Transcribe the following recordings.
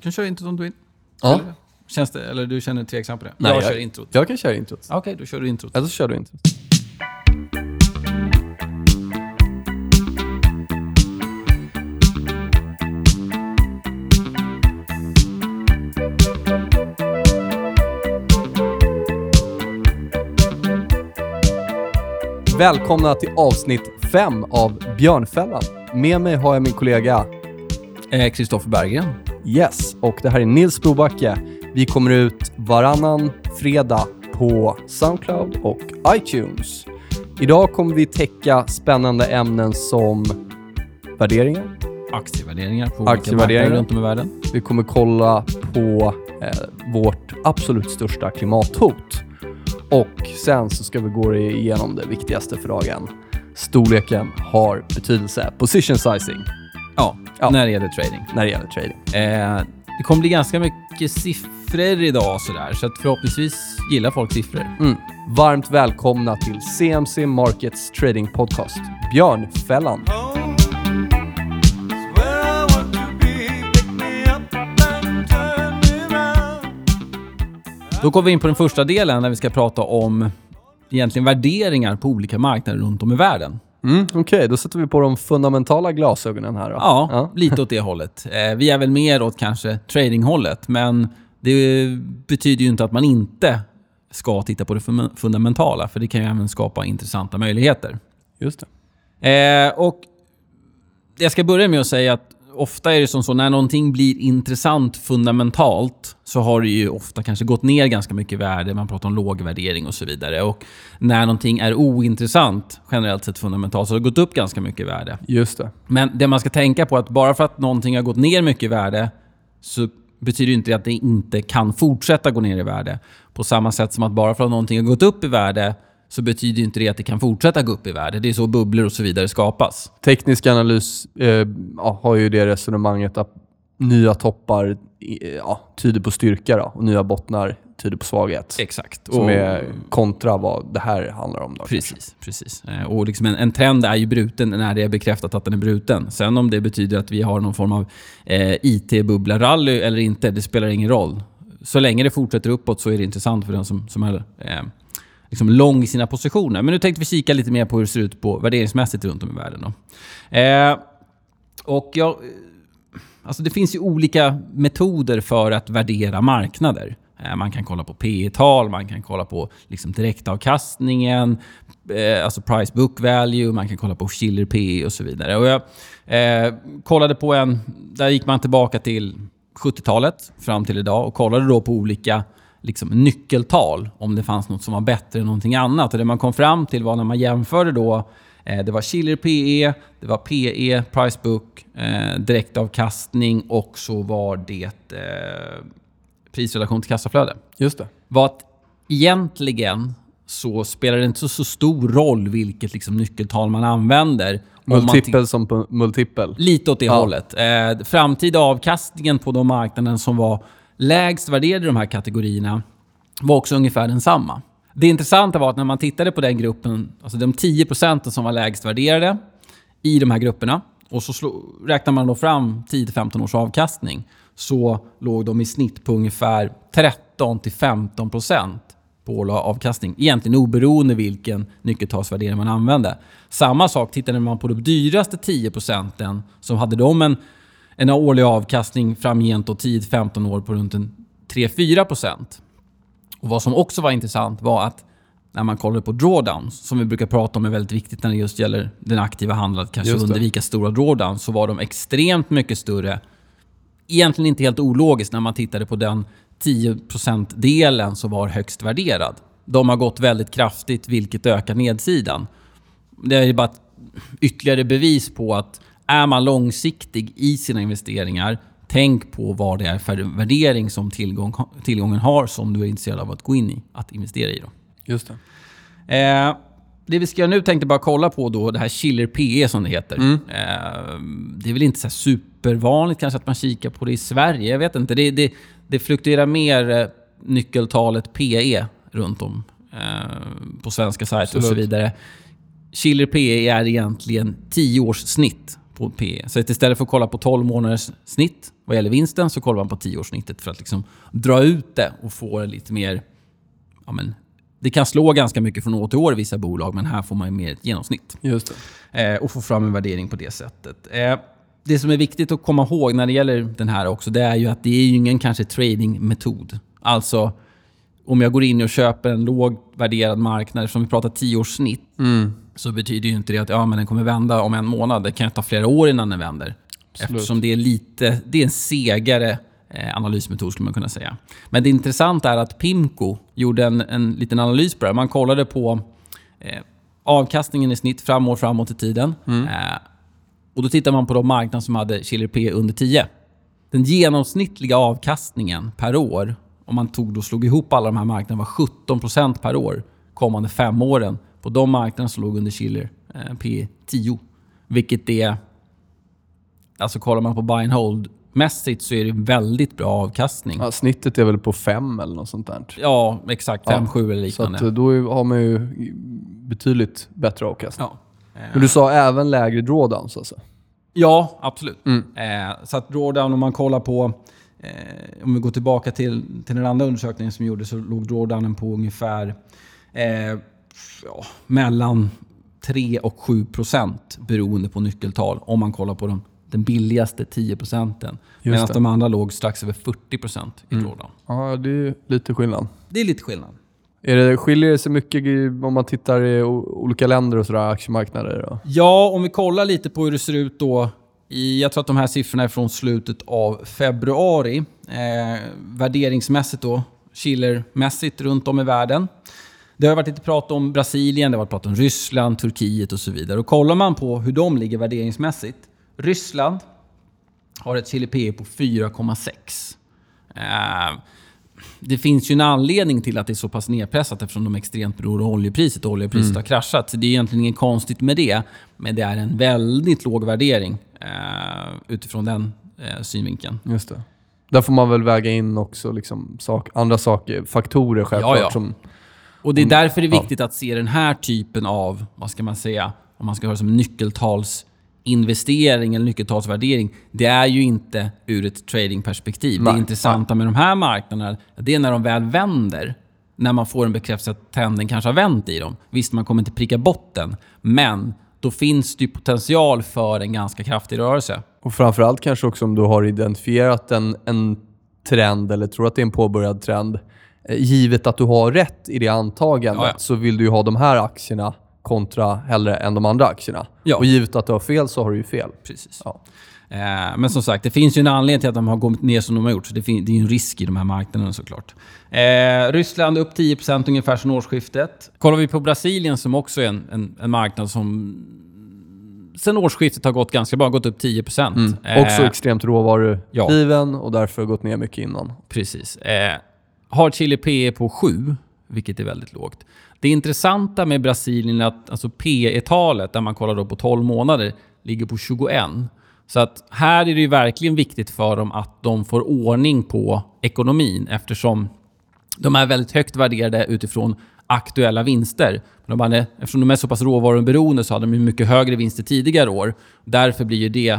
kan köra introt om du vill. Ja. Känns det, eller du känner tveksam på det? Nej, jag kör introt. Jag kan köra introt. Okej, då kör du introt. Eller så kör du introt. Välkomna till avsnitt 5 av Björnfällan. Med mig har jag min kollega Kristoffer Berggren. Yes, och det här är Nils Brobacke. Vi kommer ut varannan fredag på Soundcloud och iTunes. Idag kommer vi täcka spännande ämnen som värderingar. Aktievärderingar på olika marknader runt om i världen. Vi kommer kolla på vårt absolut största klimathot. Och sen så ska vi gå igenom det viktigaste för dagen. Storleken har betydelse. Position sizing. Ja, när det gäller trading. Det kommer bli ganska mycket siffror idag sådär, så att förhoppningsvis gillar folk siffror. Varmt välkomna till CMC Markets Trading Podcast. Björnfällan. Då går vi in på den första delen när vi ska prata om egentligen värderingar på olika marknader runt om i världen. Okej, då sätter vi på de fundamentala glasögonen här då. Ja, lite åt det hållet. Vi är väl mer åt kanske tradinghållet, men det betyder ju inte att man inte ska titta på det fundamentala, för det kan ju även skapa intressanta möjligheter. Just det. Och jag ska börja med att säga att ofta är det som så, när någonting blir intressant fundamentalt så har det ju ofta kanske gått ner ganska mycket värde. Man pratar om låg värdering och så vidare. Och när någonting är ointressant, generellt sett fundamentalt, så har det gått upp ganska mycket värde. Just det. Men det man ska tänka på är att bara för att någonting har gått ner mycket värde så betyder det inte att det inte kan fortsätta gå ner i värde. På samma sätt som att bara för att någonting har gått upp i värde så betyder inte det att det kan fortsätta gå upp i värde. Det är så bubblor och så vidare skapas. Teknisk analys har ju det resonemanget att nya toppar tyder på styrka då, och nya bottnar tyder på svaghet. Exakt. Som är kontra vad det här handlar om då. Precis. Och liksom en trend är ju bruten när det är bekräftat att den är bruten. Sen om det betyder att vi har någon form av IT-bubbla-rally eller inte, det spelar ingen roll. Så länge det fortsätter uppåt så är det intressant för den som är liksom lång i sina positioner. Men nu tänkte vi kika lite mer på hur det ser ut på värderingsmässigt runt om i världen då. Alltså det finns ju olika metoder för att värdera marknader. Man kan kolla på P/tal, man kan kolla på liksom direktavkastningen, alltså price book value, man kan kolla på Shiller P/E och så vidare. Och jag kollade på där gick man tillbaka till 70-talet fram till idag och kollade då på olika liksom nyckeltal, om det fanns något som var bättre än någonting annat. Och det man kom fram till var när man jämförde då, det var Shiller P/E, det var P/E, price book, direktavkastning och så var det prisrelation till kassaflöde. Just det. Var att egentligen så spelar det inte så stor roll vilket liksom nyckeltal man använder. Multipel som på multipel. Lite åt det hållet. Framtida avkastningen på de marknaden som var lägst värderade i de här kategorierna var också ungefär densamma. Det intressanta var att när man tittade på den gruppen, alltså de 10% som var lägst värderade i de här grupperna, och så räknar man då fram 10-15 års avkastning, så låg de i snitt på ungefär 13-15% på årlig avkastning. Egentligen oberoende vilken nyckeltalsvärdering man använde. Samma sak tittade man på de dyraste 10% som hade de en årlig avkastning framgent och 10-15 år på runt 3-4%. Och vad som också var intressant var att när man kollade på drawdowns, som vi brukar prata om är väldigt viktigt när det just gäller den aktiva handeln, att kanske undvika stora drawdowns, så var de extremt mycket större. Egentligen inte helt ologiskt när man tittade på den 10%-delen som var högst värderad. De har gått väldigt kraftigt, vilket ökar nedsidan. Det är bara ett ytterligare bevis på att är man långsiktig i sina investeringar, tänk på vad det är för värdering som tillgången har som du är intresserad av att gå in i, att investera i då. Just det. Det vi ska nu tänkte bara kolla på då, det här Shiller P/E som det heter. Det är väl inte så supervanligt kanske att man kikar på det i Sverige. Jag vet inte, det fluktuerar mer nyckeltalet P/E runt om på svenska sajter och så vidare. Shiller P/E är egentligen 10 års snitt på PE. Så istället för att kolla på 12 månaders snitt vad gäller vinsten så kollar man på 10-årssnittet för att liksom dra ut det och få lite mer... Ja, men, det kan slå ganska mycket från år till år i vissa bolag, men här får man ju mer ett genomsnitt. Just det. Och få fram en värdering på det sättet. Det som är viktigt att komma ihåg när det gäller den här också, det är ju att det är ju ingen kanske tradingmetod. Alltså, om jag går in och köper en låg värderad marknad, som vi pratar 10-årssnitt, så betyder ju inte det att men den kommer vända om en månad. Det kan ta flera år innan den vänder. Absolut. Eftersom det är en segare analysmetod skulle man kunna säga. Men det intressanta är att PIMCO gjorde en liten analys på det. Man kollade på avkastningen i snitt framåt i tiden. Och då tittar man på de marknader som hade Shiller P under 10. Den genomsnittliga avkastningen per år, om man slog ihop alla de här marknaderna, var 17% per år kommande 5 åren på de marknader som låg under Shiller P 10. Vilket är, alltså kollar man på buy and hold mässigt så är det väldigt bra avkastning. Ja, snittet är väl på 5 eller något sånt där. Ja, exakt. 5-7 eller liknande. Så att då har man ju betydligt bättre avkastning. Ja. Men du sa även lägre drawdowns alltså? Ja, absolut. Så att drawdown, om man kollar på... om vi går tillbaka till den andra undersökningen som gjordes, så låg drawdownen på ungefär mellan 3 och 7% beroende på nyckeltal. Om man kollar på den billigaste 10%. Medan de andra låg strax över 40% i drawdown. Ja, det är lite skillnad. Det är lite skillnad. Skiljer det sig mycket om man tittar i olika länder och sådär, aktiemarknader? Då? Ja, om vi kollar lite på hur det ser ut då. Jag tror att de här siffrorna är från slutet av februari. Värderingsmässigt då, Shillermässigt runt om i världen. Det har varit lite prat om Brasilien, det har varit prat om Ryssland, Turkiet och så vidare. Och kollar man på hur de ligger värderingsmässigt. Ryssland har ett Shiller P på 4,6. Det finns ju en anledning till att det är så pass nedpressat eftersom de är extremt beroende av oljepriset och oljepriset har kraschat. Så det är egentligen inget konstigt med det. Men det är en väldigt låg värdering utifrån den synvinkeln. Just det. Där får man väl väga in också liksom andra saker, faktorer självklart. Ja. Som, och det är därför det är viktigt att se den här typen av, vad ska man säga, om man ska ha det som nyckeltalsinvestering eller nyckeltalsvärdering. Det är ju inte ur ett tradingperspektiv. Det intressanta med de här marknaderna, det är när de väl vänder. När man får en bekräftelse att trenden kanske har vänt i dem. Visst, man kommer inte pricka botten. Men då finns det ju potential för en ganska kraftig rörelse. Och framförallt kanske också om du har identifierat en trend eller tror att det är en påbörjad trend. Givet att du har rätt i det antagandet så vill du ju ha de här aktierna kontra hellre än de andra aktierna. Ja. Och givet att du har fel så har du ju fel. Precis. Ja. Men som sagt, det finns ju en anledning till att de har gått ner som de har gjort. Så det är ju en risk i de här marknaderna såklart. Ryssland upp 10% ungefär sedan årsskiftet. Kollar vi på Brasilien som också är en marknad som sen årsskiftet har gått ganska bra, gått upp 10%. Också extremt råvarudriven och därför gått ner mycket innan. Precis. Har Chile PE på 7, vilket är väldigt lågt. Det intressanta med Brasilien är att alltså PE-talet, där man kollar då på 12 månader, ligger på 21. Så att här är det ju verkligen viktigt för dem att de får ordning på ekonomin eftersom de är väldigt högt värderade utifrån aktuella vinster. Eftersom de är så pass råvaruberoende så hade de mycket högre vinster tidigare år. Därför blir ju det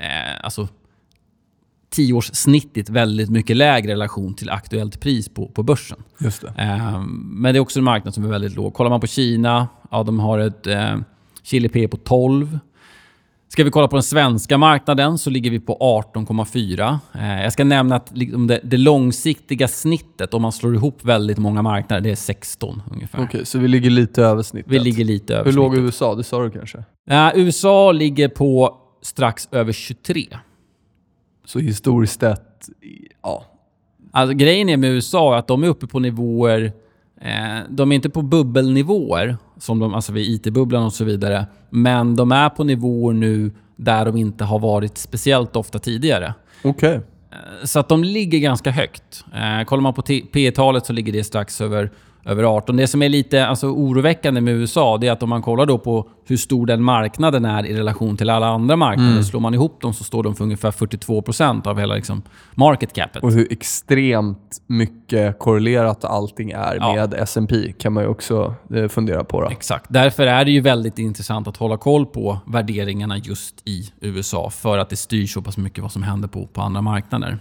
10-årssnittigt väldigt mycket lägre relation till aktuellt pris på börsen. Just det. Men det är också en marknad som är väldigt låg. Kollar man på Kina, de har ett Chile P på 12. Ska vi kolla på den svenska marknaden så ligger vi på 18,4. Jag ska nämna att det långsiktiga snittet, om man slår ihop väldigt många marknader, det är 16 ungefär. Okej, så vi ligger lite över snittet. Vi ligger lite över Hur låg snittet. USA? Det sa du kanske? USA ligger på strax över 23. Så historiskt sett, ja. Alltså grejen är med USA att de är uppe på nivåer, de är inte på bubbelnivåer som de, alltså vid IT-bubblan och så vidare, men de är på nivåer nu där de inte har varit speciellt ofta tidigare. Okej. Så att de ligger ganska högt. Kollar man på P-talet så ligger det strax över över 18. Det som är lite oroväckande med USA, det är att om man kollar då på hur stor den marknaden är i relation till alla andra marknader, slår man ihop dem så står de för ungefär 42% av hela liksom market capet. Och hur extremt mycket korrelerat allting är med S&P kan man ju också fundera på. Då. Exakt. Därför är det ju väldigt intressant att hålla koll på värderingarna just i USA, för att det styr så pass mycket vad som händer på andra marknader.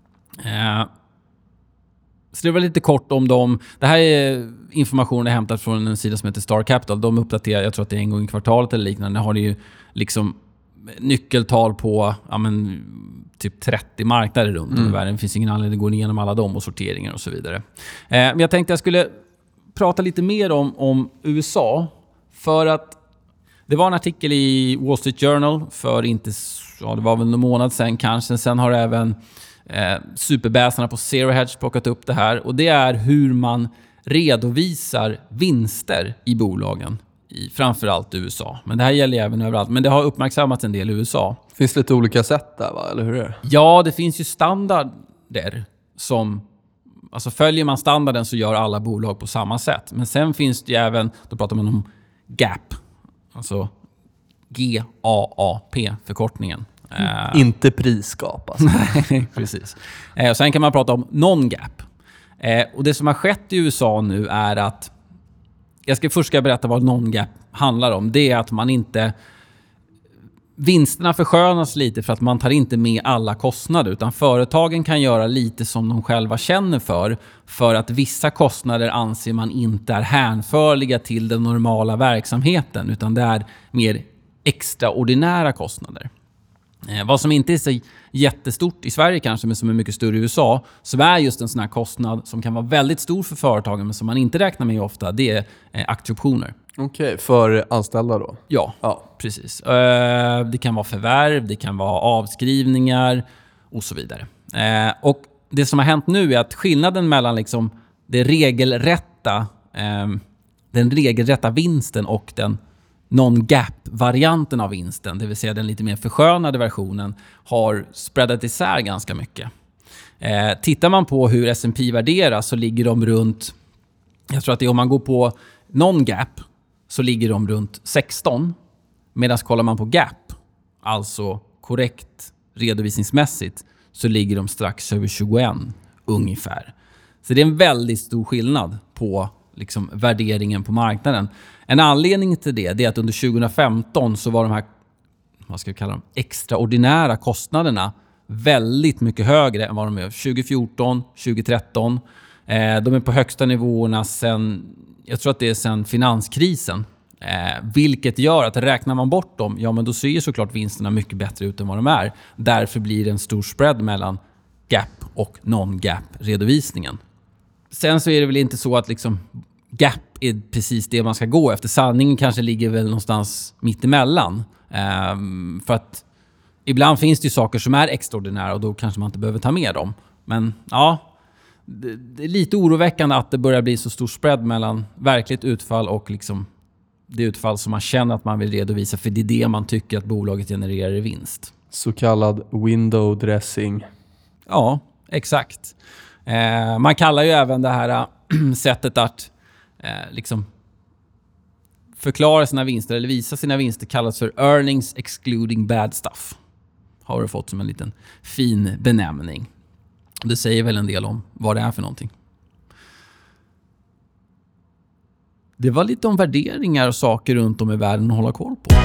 Så det var lite kort om dem. Det här är information hämtat från en sida som heter Star Capital. De uppdaterar, jag tror att det är en gång i kvartalet eller liknande. Har det ju liksom nyckeltal på typ 30 marknader runt om i världen. Det finns ingen anledning att gå igenom alla dem och sorteringar och så vidare. Men jag tänkte jag skulle prata lite mer om USA. För att det var en artikel i Wall Street Journal för det var väl en månad sedan kanske. Sen har även superbäsarna på Zero Hedge plockat upp det här. Och det är hur man redovisar vinster i bolagen i framförallt USA. Men det här gäller även överallt. Men det har uppmärksammats en del i USA. Finns det lite olika sätt där, va? Eller hur är det? Ja, det finns ju standarder som... Alltså följer man standarden så gör alla bolag på samma sätt. Men sen finns det ju även... Då pratar man om GAAP. Alltså GAAP-förkortningen. Inte prisgap alltså. Nej, precis. Och sen kan man prata om non-GAAP. Och det som har skett i USA nu är att... Jag ska först berätta vad non-GAAP handlar om. Det är att man inte... Vinsterna förskönas lite för att man tar inte med alla kostnader, utan företagen kan göra lite som de själva känner för att vissa kostnader anser man inte är hänförliga till den normala verksamheten, utan det är mer extraordinära kostnader. Vad som inte är så jättestort i Sverige kanske, men som är mycket större i USA, så är just en sån här kostnad som kan vara väldigt stor för företagen men som man inte räknar med ofta, det är aktieoptioner. Okej, för anställda då? Ja, precis. Det kan vara förvärv, det kan vara avskrivningar och så vidare. Och det som har hänt nu är att skillnaden mellan liksom den regelrätta vinsten och den non-GAAP-varianten av vinsten, det vill säga den lite mer förskönade versionen, har spreadat isär ganska mycket. Tittar man på hur S&P värderas så ligger de runt, jag tror att det är om man går på non-GAAP så ligger de runt 16. Medan kollar man på GAAP, alltså korrekt redovisningsmässigt, så ligger de strax över 21 ungefär. Så det är en väldigt stor skillnad på liksom värderingen på marknaden. En anledning till det är att under 2015 så var de här, vad ska vi kalla dem, extraordinära kostnaderna väldigt mycket högre än vad de är 2014, 2013. De är på högsta nivåerna sen, jag tror att det är sen finanskrisen. Vilket gör att räknar man bort dem, ja men då ser såklart vinsterna mycket bättre ut än vad de är. Därför blir det en stor spread mellan GAAP och non-GAAP-redovisningen. Sen så är det väl inte så att liksom GAAP är precis det man ska gå efter. Sanningen kanske ligger väl någonstans mittemellan. För att ibland finns det ju saker som är extraordinära och då kanske man inte behöver ta med dem. Men ja, det är lite oroväckande att det börjar bli så stor spread mellan verkligt utfall och liksom det utfall som man känner att man vill redovisa, för det är det man tycker att bolaget genererar i vinst. Så kallad window dressing. Ja, exakt. Man kallar ju även det här sättet att liksom förklara sina vinster eller visa sina vinster kallas för earnings excluding bad stuff. Har du fått som en liten fin benämning. Det säger väl en del om vad det är för någonting. Det var lite om värderingar och saker runt om i världen att hålla koll på.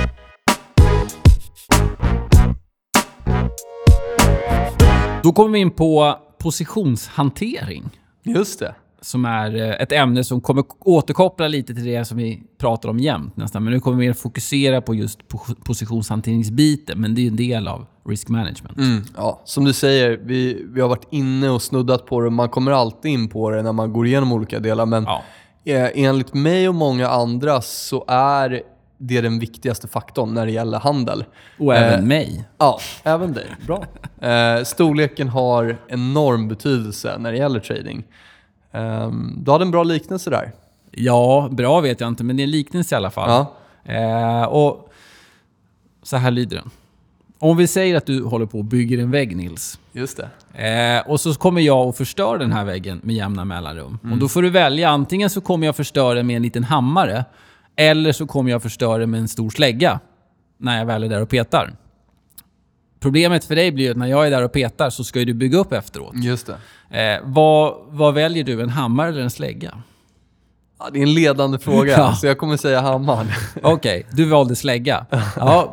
Då kommer vi in på positionshantering. Just det. Som är ett ämne som kommer återkoppla lite till det som vi pratar om jämt nästan. Men nu kommer vi mer fokusera på just positionshanteringsbiten. Men det är ju en del av risk management. Ja, som du säger, vi har varit inne och snuddat på det. Man kommer alltid in på det när man går igenom olika delar. Men enligt mig och många andra så är det den viktigaste faktorn när det gäller handel. Och även mig. Ja, även dig. Bra. Storleken har enorm betydelse när det gäller trading. Du hade en bra liknelse där. Ja, bra vet jag inte, men det är en liknelse i alla fall. Ja. Och så här lyder den. Om vi säger att du håller på och bygger en vägg, Nils. Just det. Och så kommer jag och förstör den här väggen med jämna mellanrum. Och då får du välja. Antingen så kommer jag förstöra den med en liten hammare. Eller så kommer jag förstöra den med en stor slägga. När jag väl är där och petar. Problemet för dig blir att när jag är där och petar så ska du bygga upp efteråt. Just det. Vad väljer du? En hammare eller en slägga? Ja, det är en ledande fråga, Ja. så jag kommer säga hammaren. Okej, du valde slägga. Ja.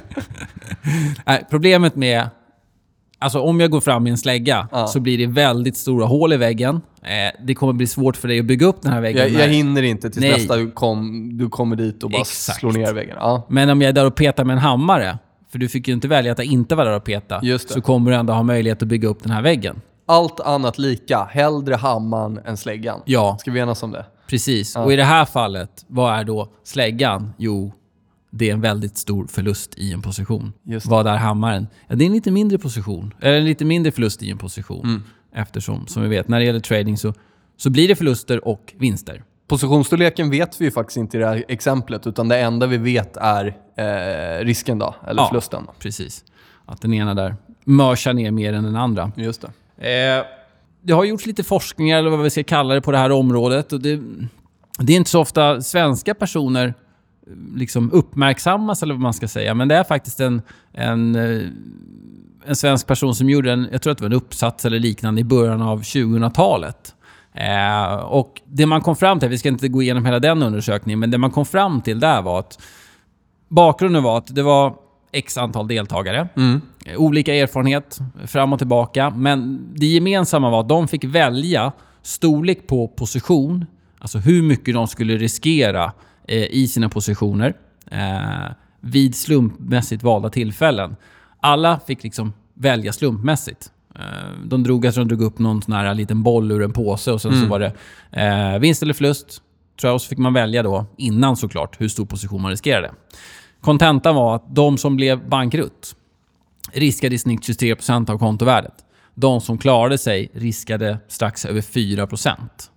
Nej, problemet med... Alltså om jag går fram med en slägga så blir det väldigt stora hål i väggen. Det kommer bli svårt för dig att bygga upp den här väggen. Jag hinner inte tills Nej. nästa du kommer dit och bara Exakt. slår ner väggen. Ja. Men om jag är där och petar med en hammare, för du fick ju inte välja att jag inte var där och peta, Just det. så kommer du ändå ha möjlighet att bygga upp den här väggen. Allt annat lika. Hellre hammaren än släggan. Ja, Ska vi enas om det? precis. Och i det här fallet, vad är då släggan? Jo, det är en väldigt stor förlust i en position. Just det. Vad är hammaren? Ja, det är en lite mindre position. Eller en lite mindre förlust i en position. Eftersom, som vi vet, när det gäller trading så blir det förluster och vinster. Positionsstorleken vet vi ju faktiskt inte i det här exemplet, utan det enda vi vet är risken då, eller förlusten. Precis. Att den ena där mörsar ner mer än den andra. Just det. Det har gjorts lite forskningar, eller vad vi ska kalla det, på det här området. Och det är inte så ofta svenska personer liksom uppmärksammas, eller vad man ska säga. Men det är faktiskt en svensk person som gjorde jag tror att det var en uppsats eller liknande i början av 2000-talet. Och det man kom fram till, vi ska inte gå igenom hela den undersökningen, men det man kom fram till där var att bakgrunden var att det var x antal deltagare. Olika erfarenhet fram och tillbaka. Men det gemensamma var att de fick välja storlek på position. Alltså hur mycket de skulle riskera i sina positioner vid slumpmässigt valda tillfällen. Alla fick liksom välja slumpmässigt. De drog upp någon sån här liten boll ur en påse och sen så var det vinst eller förlust. Tror jag, och så fick man välja då innan såklart hur stor position man riskerade. Kontentan var att de som blev bankrutt riskade i snitt 23% av kontovärdet. De som klarade sig riskade strax över 4%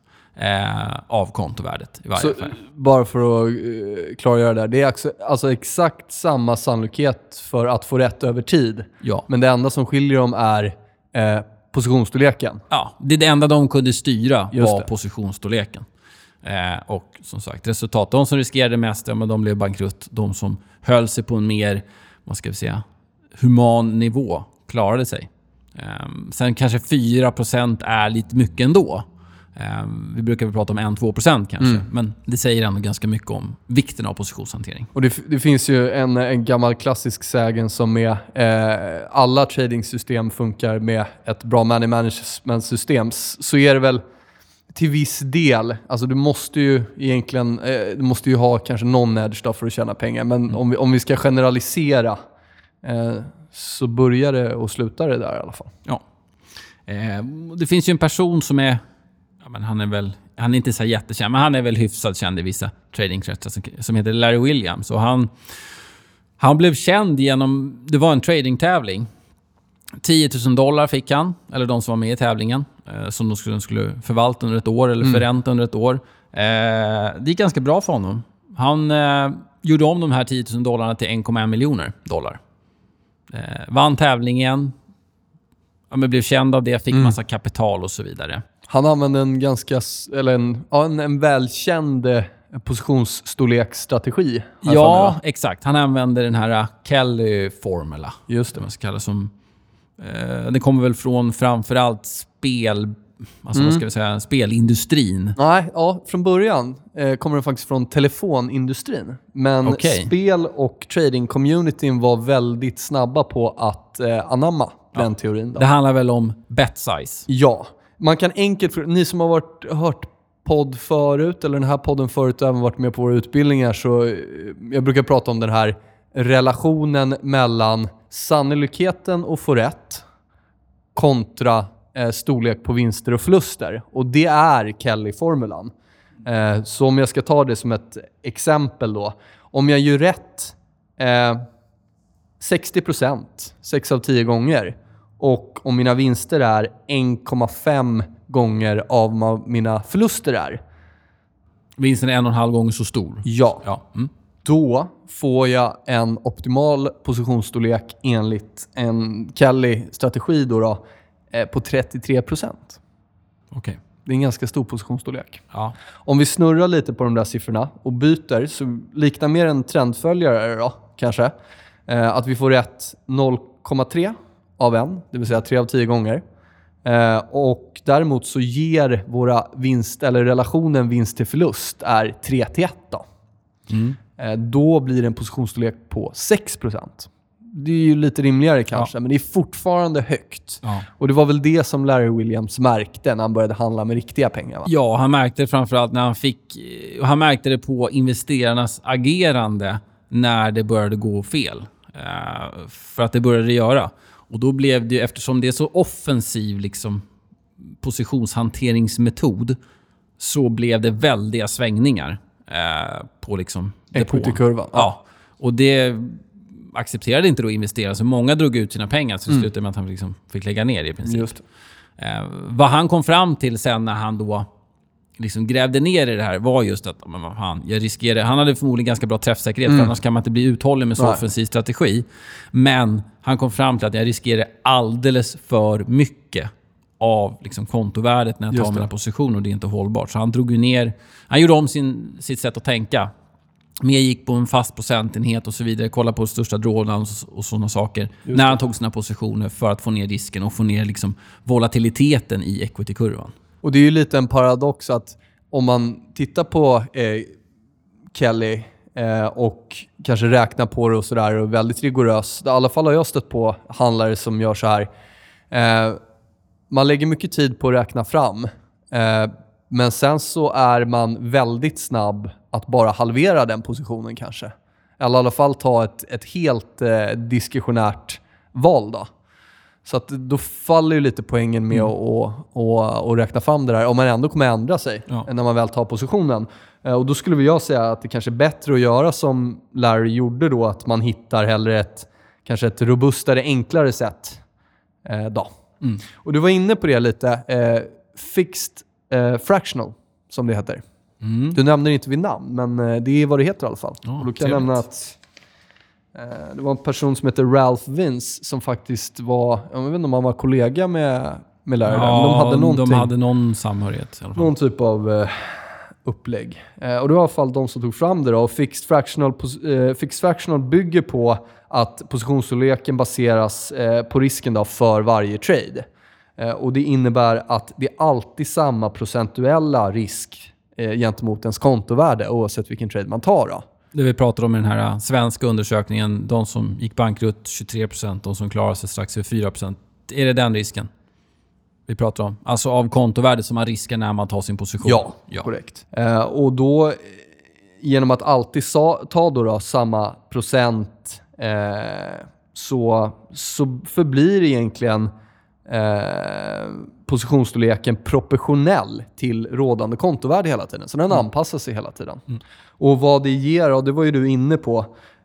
av kontovärdet i varje Så fall. bara för att klargöra det där. Det är alltså exakt samma sannolikhet för att få rätt över tid. Ja. Men det enda som skiljer dem är positionsstorleken. Ja, det enda de kunde styra Just var det. positionsstorleken. Och som sagt, resultat. De som riskerade mest, men de blev bankrutt. De som höll sig på en mer, vad ska vi säga, human nivå klarade sig. Sen kanske 4% är lite mycket ändå. Vi brukar väl prata om 1-2% kanske. Men det säger ändå ganska mycket om vikten av positionshantering. Och det finns ju en gammal klassisk sägen som är alla tradingsystem funkar med ett bra money management-system. Så är det väl till viss del. Alltså du måste ju egentligen ha kanske någon edge då för att tjäna pengar. Men om vi ska generalisera så börjar det och slutar det där i alla fall. Ja. Det finns ju en person som är... Ja, men han är inte så jättekänd, men han är väl hyfsat känd i vissa tradingkretsar som heter Larry Williams. Och han blev känd genom... Det var en tradingtävling. $10,000 fick han, eller de som var med i tävlingen, som de skulle förvalta under ett år eller förränta under ett år. Det gick ganska bra för honom. Han gjorde om de här $10,000 till $1,1 miljoner. Vann tävlingen, men blev känd av det, fick massa kapital och så vidare. Han använde en välkänd positionsstorleksstrategi. Ja, exakt. Han använder den här Kelly Formula. Just det. Man ska kalla som... det kommer väl från framförallt spelindustrin. Nej, från början kommer den faktiskt från telefonindustrin. Men spel- och trading-communityn var väldigt snabba på att anamma den teorin. Då. Det handlar väl om bet size. Ja, man kan enkelt... Ni som har hört podd förut, eller den här podden förut och även varit med på våra utbildningar, så jag brukar prata om den här relationen mellan sannolikheten att få rätt kontra storlek på vinster och förluster. Och det är Kelly-formulan. Så om jag ska ta det som ett exempel då. Om jag gör rätt 60%, 6 av 10 gånger, och om mina vinster är 1,5 gånger av vad mina förluster är. Vinsten är 1,5 gånger så stor. Ja. då får jag en optimal positionsstorlek enligt en Kelly-strategi då, på 33%. Okej. Det är en ganska stor positionsstorlek. Ja. Om vi snurrar lite på de där siffrorna och byter, så liknar mer en trendföljare då, kanske. Att vi får rätt 0,3 av en, det vill säga 3 av 10 gånger. Och däremot så ger våra vinst, eller relationen vinst till förlust är 3-1 då. Då blir det en positionsstorlek på 6%. Det är ju lite rimligare kanske, men det är fortfarande högt. Ja. Och det var väl det som Larry Williams märkte när han började handla med riktiga pengar, va? Ja, han märkte det framförallt när han märkte det på investerarnas agerande när det började gå fel. För att det började göra. Och då blev det, eftersom det är så offensiv liksom, positionshanteringsmetod, så blev det väldiga svängningar på liksom equity-kurvan. Ja, och det accepterade inte då investerare, så många drog ut sina pengar, så det slutade med att han liksom fick lägga ner det i princip. Just. Vad han kom fram till sen när han då liksom grävde ner i det här var just att jag riskerar. Han hade förmodligen ganska bra träffsäkerhet, för annars kan man inte bli uthållig med så offensiv strategi. Men han kom fram till att jag riskerar alldeles för mycket av liksom kontovärdet när jag tar mina positioner, och det är inte hållbart. Så han drog ju ner. Han gjorde om sitt sätt att tänka. Mer gick på en fast procentenhet och så vidare. Kolla på största drawdowns och sådana saker. När han tog sina positioner för att få ner risken och få ner liksom volatiliteten i equity-kurvan. Och det är ju lite en paradox att om man tittar på Kelly och kanske räknar på det och sådär och är väldigt rigorös. I alla fall har jag stött på handlare som gör så här. Man lägger mycket tid på att räkna fram. Men sen så är man väldigt snabb att bara halvera den positionen kanske. Eller i alla fall ta ett helt diskretionärt val då. Så att då faller ju lite poängen med att räkna fram det där. Om man ändå kommer ändra sig när man väl tar positionen. Och då skulle jag säga att det kanske är bättre att göra som Larry gjorde då. Att man hittar hellre kanske ett robustare, enklare sätt då. Och du var inne på det lite. Fixed fractional, som det heter. Du nämner inte vid namn, men det är vad det heter i alla fall. Och då kan jag nämna att det var en person som heter Ralph Vince som faktiskt var, jag vet inte om han var kollega med Larry. Ja, men de hade någon samhörighet i alla fall. Någon typ av upplägg. Och det var i alla fall de som tog fram det då. Och Fixed Fractional bygger på att positionsstorleken baseras på risken då för varje trade. Och det innebär att det är alltid samma procentuella risk gentemot ens kontovärde oavsett vilken trade man tar då. Det vi pratar om i den här svenska undersökningen, de som gick bankrutt 23%, de som klarade sig strax över 4%. Är det den risken vi pratar om? Alltså av kontovärdet som man riskar när man tar sin position? Ja. Korrekt. Och då genom att alltid ta då samma procent så förblir egentligen positionsstorleken proportionell till rådande kontovärde hela tiden. Så den anpassar sig hela tiden. Och vad det ger, och det var ju du inne på,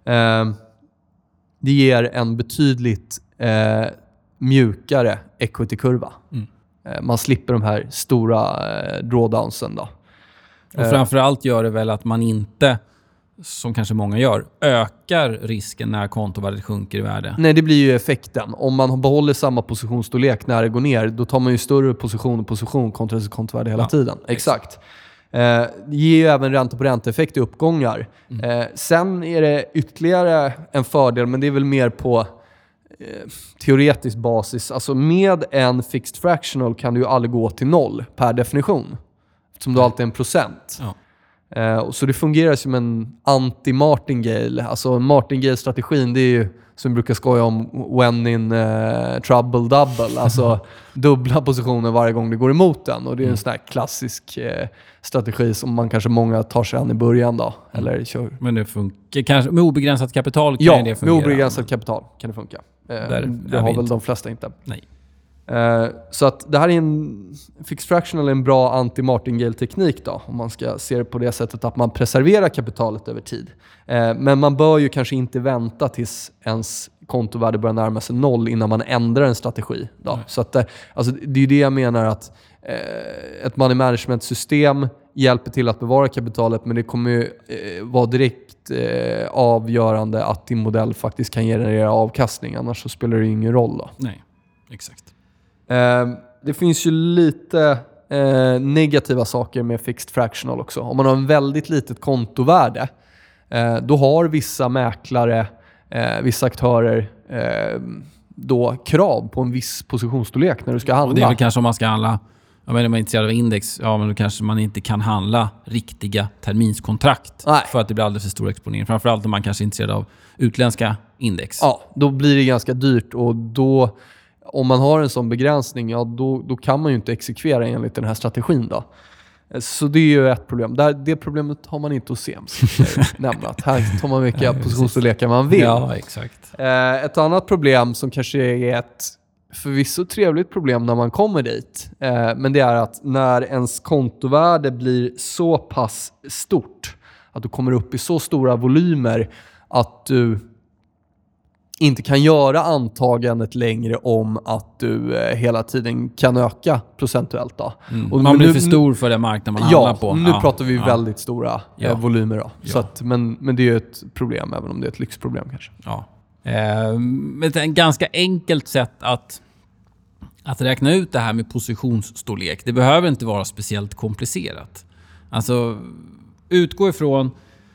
det ger en betydligt mjukare equity-kurva. Man slipper de här stora drawdownsen då. Och framförallt gör det väl att man inte, som kanske många gör, ökar risken när kontovärdet sjunker i värde. Nej, det blir ju effekten. Om man behåller samma positionsstorlek när det går ner, då tar man ju större position kontra sitt kontovärde hela tiden. Exakt. Det ger ju även ränta på ränteeffekt i uppgångar. Sen är det ytterligare en fördel, men det är väl mer på teoretisk basis. Alltså med en fixed fractional kan du ju aldrig gå till 0 per definition. Eftersom du alltid är en procent. Så det fungerar som en anti-martingale. Alltså martingale-strategin, det är ju som vi brukar skoja om when in trouble double. Alltså dubbla positioner varje gång det går emot den. Och det är en sån här klassisk strategi som man kanske många tar sig an i början då. Eller kör. Men det funkar kanske med obegränsat kapital kan det fungera. Med obegränsat kapital kan det funka. Det har väl de flesta inte. Nej. Så att det här är en fixed fractional, en bra anti-martingale-teknik då, om man ska se det på det sättet att man preserverar kapitalet över tid. Men man bör ju kanske inte vänta tills ens kontovärde börjar närma sig 0 innan man ändrar en strategi. Då. Så att, alltså, det är ju det jag menar, att ett money management-system hjälper till att bevara kapitalet, men det kommer ju vara direkt avgörande att din modell faktiskt kan generera avkastning. Annars så spelar det ju ingen roll då. Nej, exakt. Det finns ju lite negativa saker med fixed fractional också. Om man har en väldigt litet kontovärde, då har vissa mäklare, vissa aktörer då krav på en viss positionsstorlek när du ska handla. Och det är väl kanske om man ska handla, jag menar, om man är intresserad av index, ja, men då kanske man inte kan handla riktiga terminskontrakt. Nej. För att det blir alldeles för stor exponering. Framförallt om man kanske är intresserad av utländska index. Ja, då blir det ganska dyrt, och då, om man har en sån begränsning, ja, då kan man ju inte exekvera enligt den här strategin då. Så det är ju ett problem. Det problemet har man inte hos SEMS. Nämna. Här tar man vilka positionsstorlekar man vill. Ja, exakt. Ett annat problem som kanske är ett förvisso trevligt problem när man kommer dit, men det är att när ens kontovärde blir så pass stort, att du kommer upp i så stora volymer att du inte kan göra antagandet längre om att du hela tiden kan öka procentuellt då. Och man blir för stor för den marknad man handlar på. Nu pratar vi väldigt stora volymer då. Ja. Så att, men det är ju ett problem, även om det är ett lyxproblem kanske. Ja. Men ett ganska enkelt sätt att räkna ut det här med positionsstorlek. Det behöver inte vara speciellt komplicerat. Alltså, utgå ifrån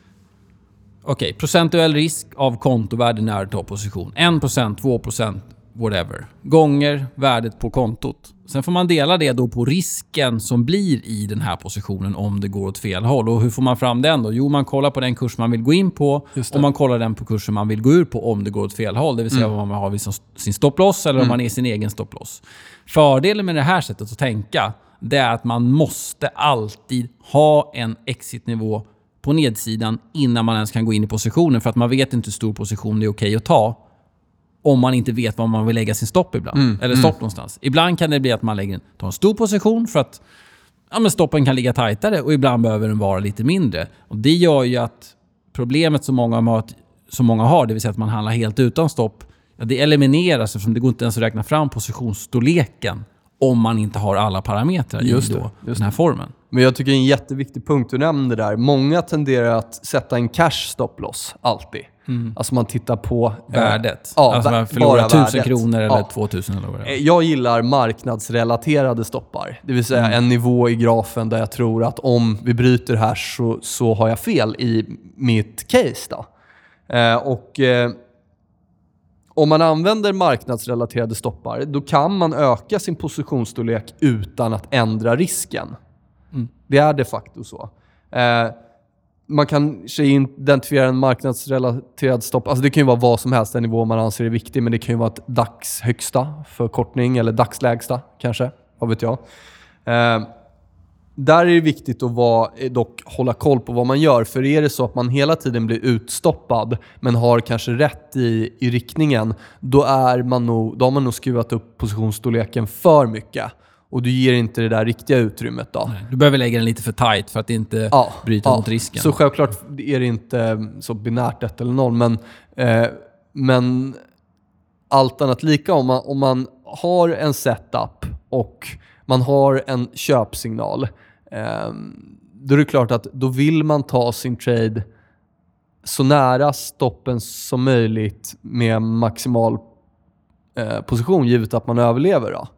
procentuell risk av kontovärde när du tar position. 1%, 2%, whatever. Gånger värdet på kontot. Sen får man dela det då på risken som blir i den här positionen om det går åt fel håll. Och hur får man fram den då? Jo, man kollar på den kurs man vill gå in på, och man kollar den på kursen man vill gå ur på om det går åt fel håll. Det vill säga om man har sin stopploss eller om man är sin egen stopploss. Fördelen med det här sättet att tänka, det är att man måste alltid ha en exitnivå på nedsidan innan man ens kan gå in i positionen, för att man vet inte hur stor position det är okej att ta om man inte vet var man vill lägga sin stopp ibland. Eller stopp någonstans. Ibland kan det bli att man tar en stor position för att men stoppen kan ligga tajtare, och ibland behöver den vara lite mindre. Och det gör ju att problemet som många har, det vill säga att man handlar helt utan stopp, det elimineras eftersom det går inte ens att räkna fram positionsstorleken om man inte har alla parametrar i den här formen. Men jag tycker det är en jätteviktig punkt du nämnde där. Många tenderar att sätta en cash stop-loss alltid. Alltså man tittar på värdet. Alltså man förlorar 1000 kronor eller 2000 eller vad det är. Jag gillar marknadsrelaterade stoppar. Det vill säga en nivå i grafen där jag tror att om vi bryter här så har jag fel i mitt case då. Om man använder marknadsrelaterade stoppar, då kan man öka sin positionsstorlek utan att ändra risken. Det är de facto så. Man kan identifiera en marknadsrelaterad stopp. Alltså det kan ju vara vad som helst, en nivå man anser är viktig, men det kan ju vara ett dagshögsta förkortning eller dagslägsta kanske, vad vet jag. Där är det viktigt att dock hålla koll på vad man gör. För är det så att man hela tiden blir utstoppad men har kanske rätt i riktningen, då har man nog skruvat upp positionsstorleken för mycket. Och du ger inte det där riktiga utrymmet då. Nej, du behöver lägga den lite för tight för att inte bryta mot risken. Så självklart är det inte så binärt 1 eller 0. Men allt annat lika, om man har en setup och man har en köpsignal, då är det klart att då vill man ta sin trade så nära stoppen som möjligt med maximal position, givet att man överlever då.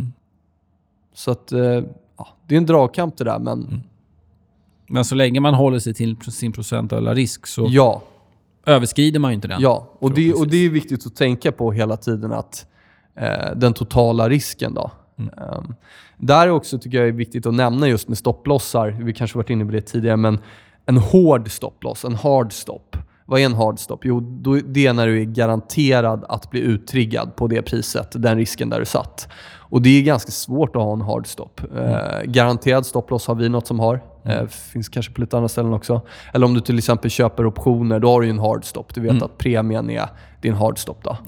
Så att det är en dragkamp det där, men så länge man håller sig till sin procentuella risk så överskrider man ju inte den. Ja, och det är viktigt att tänka på hela tiden, att den totala risken då. Där också tycker jag är viktigt att nämna just med stopplossar. Vi kanske varit inne på det tidigare, men en hård stopploss, en hard stopp. Vad är en hard stop? Jo, det är när du är garanterad att bli uttriggad på det priset, den risken där du satt. Och det är ganska svårt att ha en hard stop. Garanterad stopploss har vi något som har. Finns kanske på lite andra ställen också. Eller om du till exempel köper optioner, då har du ju en hard stop. Du vet att premien är din hard stop då.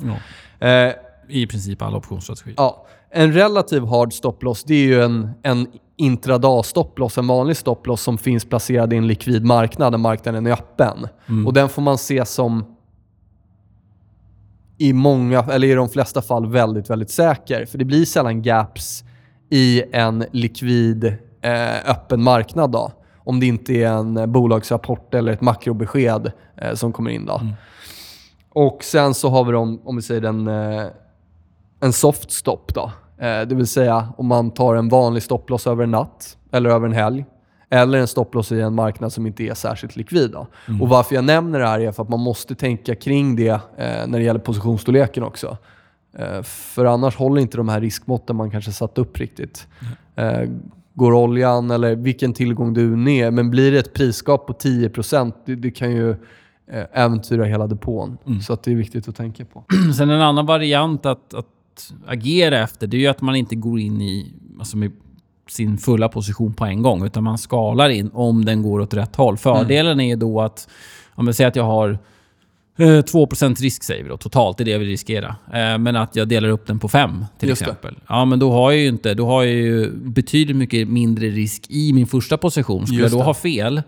I princip alla optionsstrategier. Ja. En relativ hard stopploss, det är ju en intradag stopploss, en vanlig stopploss som finns placerad i en likvid marknad där marknaden är öppen. Och den får man se som i många, eller i de flesta fall väldigt, väldigt säker. För det blir sällan gaps i en likvid öppen marknad då. Om det inte är en bolagsrapport eller ett makrobesked som kommer in då. Och sen så har vi om vi säger en soft stop då. Det vill säga om man tar en vanlig stopploss över en natt eller över en helg. Eller en stopploss i en marknad som inte är särskilt likvid då. Och varför jag nämner det här är för att man måste tänka kring det när det gäller positionsstorleken också. För annars håller inte de här riskmåtten man kanske satt upp riktigt. Går oljan eller vilken tillgång du är, men blir det ett prisgap på 10%, det kan ju äventyra hela depån. Så att det är viktigt att tänka på. Sen en annan variant att agera efter, det är ju att man inte går in i med sin fulla position på en gång, utan man skalar in om den går åt rätt håll. Fördelen är ju då att, om jag säger att jag har 2% risk säger vi då, totalt, det är det vi riskerar. Men att jag delar upp den på 5 till exempel. Ja, men då har jag ju betydligt mycket mindre risk i min första position. Skulle jag då ha fel,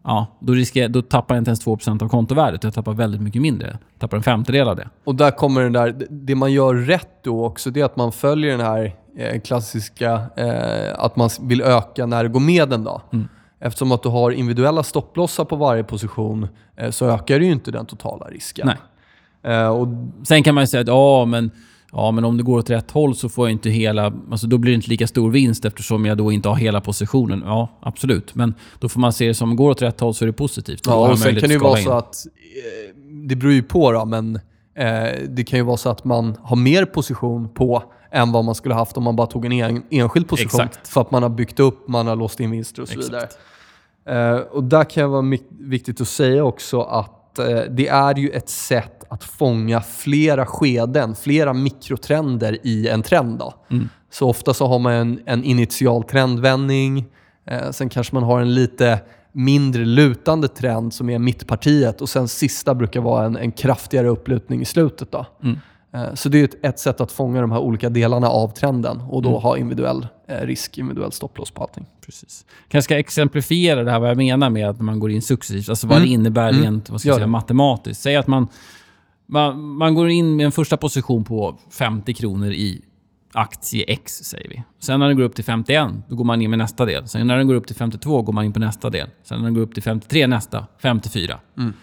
då tappar jag inte ens 2% av kontovärdet. Jag tappar väldigt mycket mindre. Jag tappar en femtedel av det. Och där kommer den där, det man gör rätt då också, det är att man följer den här klassiska att man vill öka när det går med en dag. Eftersom att du har individuella stopplossar på varje position så ökar ju inte den totala risken. Nej. Och sen kan man ju säga att men om det går åt rätt håll så får jag inte hela, då blir det inte lika stor vinst eftersom jag då inte har hela positionen. Ja, absolut. Men då får man se det som går åt rätt håll så är det positivt. Ja, och sen kan det ju vara så att det beror ju på då, men det kan ju vara så att man har mer position på än vad man skulle haft om man bara tog en enskild position. Exakt. För att man har byggt upp, man har låst in vinster och så vidare. Och där kan det vara viktigt att säga också att det är ju ett sätt att fånga flera skeden, flera mikrotrender i en trend då. Så ofta så har man en initial trendvändning, sen kanske man har en lite mindre lutande trend som är mittpartiet och sen sista brukar vara en kraftigare upplutning i slutet då. Så det är ett sätt att fånga de här olika delarna av trenden och då ha individuell risk, individuell stopploss på allting. Precis. Kanske ska exemplifiera det här vad jag menar med att man går in successivt. Alltså vad det innebär rent matematiskt. Säg att man går in med en första position på 50 kronor i aktie X säger vi. Sen när den går upp till 51 då går man in med nästa del. Sen när den går upp till 52 går man in på nästa del. Sen när den går upp till 53 nästa, 54.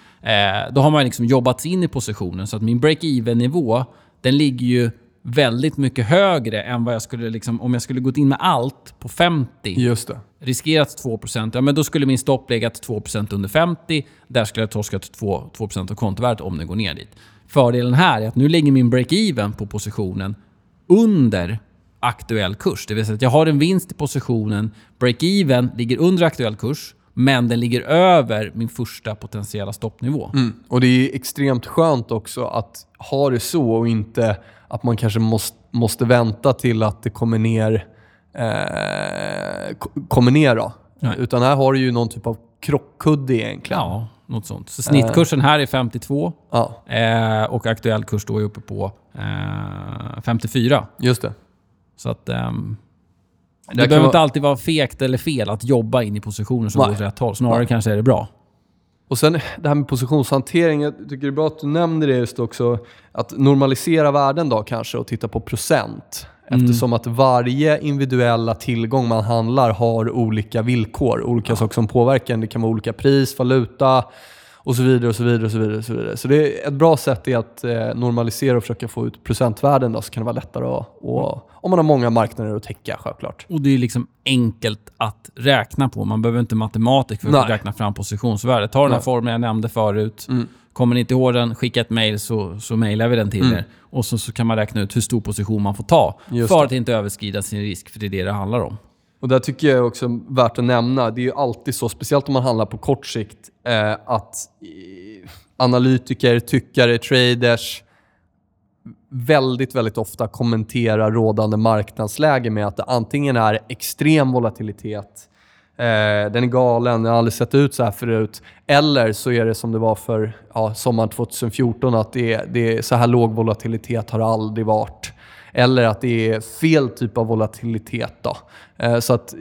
Då har man liksom jobbat in i positionen så att min break-even-nivå den ligger ju väldigt mycket högre än vad jag skulle om jag skulle gått in med allt på 50. Just det. Riskerat 2%. Ja, men då skulle min stopp legat 2% under 50. Där skulle jag torskat 2% av kontovärdet om det går ner dit. Fördelen här är att nu ligger min break-even på positionen under aktuell kurs. Det vill säga att jag har en vinst i positionen. Break-even ligger under aktuell kurs. Men den ligger över min första potentiella stoppnivå. Och det är extremt skönt också att ha det så och inte att man kanske måste vänta till att det kommer ner då. Utan här har du ju någon typ av krockkudde egentligen. Ja, något sånt. Så snittkursen här är 52 och aktuell kurs då är uppe på 54. Just det. Så att det behöver inte alltid vara fegt eller fel att jobba in i positioner som går åt rätt håll. Snarare kanske är det bra. Och sen det här med positionshantering. Jag tycker det är bra att du nämner det just också. Att normalisera värden då kanske och titta på procent. Eftersom att varje individuella tillgång man handlar har olika villkor. Olika saker som påverkar. Det kan vara olika pris, valuta och så vidare och så vidare och så vidare och så vidare. Så det är ett bra sätt är att normalisera och försöka få ut procentvärden då, så kan det vara lättare om man har många marknader att täcka självklart. Och det är liksom enkelt att räkna på. Man behöver inte matematik för att räkna fram positionsvärdet. Ta den här formeln jag nämnde förut. Kommer ni inte ihåg den, skicka ett mejl så mejlar vi den till er. Och så kan man räkna ut hur stor position man får ta för att inte överskrida sin risk, för det är det handlar om. Och där tycker jag också värt att nämna, det är ju alltid så, speciellt om man handlar på kort sikt, att analytiker, tyckare, traders väldigt, väldigt ofta kommenterar rådande marknadsläge med att det antingen är extrem volatilitet, den är galen, den har aldrig sett ut så här förut, eller så är det som det var för sommaren 2014, att det är så här låg volatilitet har det aldrig varit. Eller att det är fel typ av volatilitet då. Så att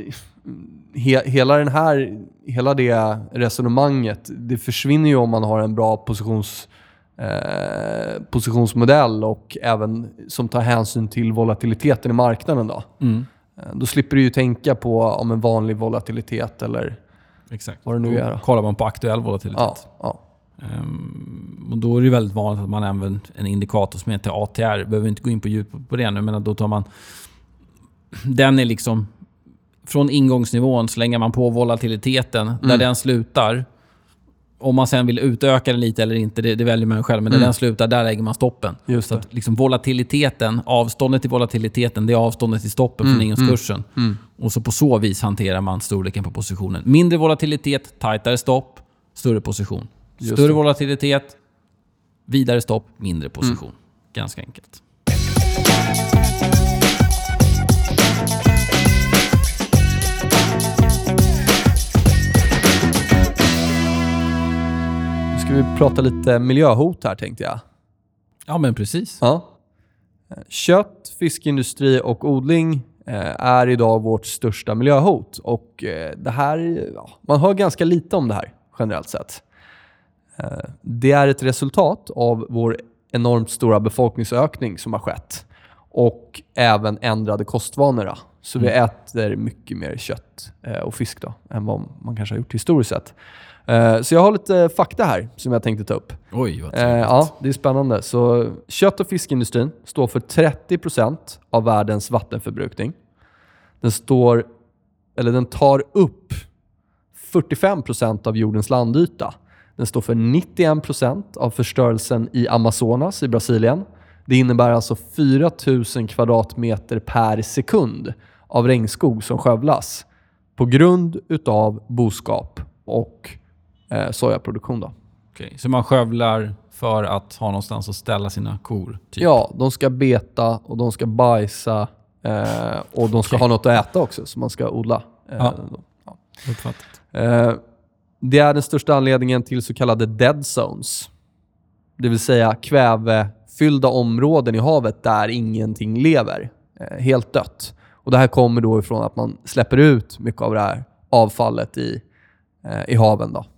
hela det resonemanget, det försvinner ju om man har en bra positionsmodell och även som tar hänsyn till volatiliteten i marknaden då. Då slipper du ju tänka på om en vanlig volatilitet eller Exakt. vad det nu är. Kollar man på aktuell volatilitet. Ja. Och då är det väldigt vanligt att man använder en indikator som heter ATR. Behöver inte gå in på djupet på det nu, men då tar man... Den är liksom... Från ingångsnivån slänger man på volatiliteten. Där den slutar... Om man sen vill utöka den lite eller inte, det väljer man själv. Men när den slutar, där lägger man stoppen. Just så det. att liksom volatiliteten, avståndet till volatiliteten, det är avståndet till stoppen från ingångskursen. Och så på så vis hanterar man storleken på positionen. Mindre volatilitet, tajtare stopp, större position. Större volatilitet, vidare stopp, mindre position. Ganska enkelt. Ska vi prata lite miljöhot här, tänkte jag. Ja, men precis. Ja. Kött, fiskindustri och odling är idag vårt största miljöhot. Och det här, man hör ganska lite om det här generellt sett. Det är ett resultat av vår enormt stora befolkningsökning som har skett. Och även ändrade kostvanor. Så vi äter mycket mer kött och fisk då, än vad man kanske har gjort historiskt sett. Så jag har lite fakta här som jag tänkte ta upp. Oj, vad ja, det är spännande. Så kött- och fiskindustrin står för 30% av världens vattenförbrukning. Den tar upp 45% av jordens landyta. Den står för 91% av förstörelsen i Amazonas i Brasilien. Det innebär alltså 4000 kvadratmeter per sekund av regnskog som skövlas på grund utav boskap och sojaproduktion då. Okej, så man skövlar för att ha någonstans att ställa sina kor? Typ. Ja, de ska beta och de ska bajsa och de ska ha något att äta också som man ska odla. Uppfattat. Det är den största anledningen till så kallade dead zones. Det vill säga kvävefyllda områden i havet där ingenting lever. Helt dött. Och det här kommer då ifrån att man släpper ut mycket av det här avfallet i haven då.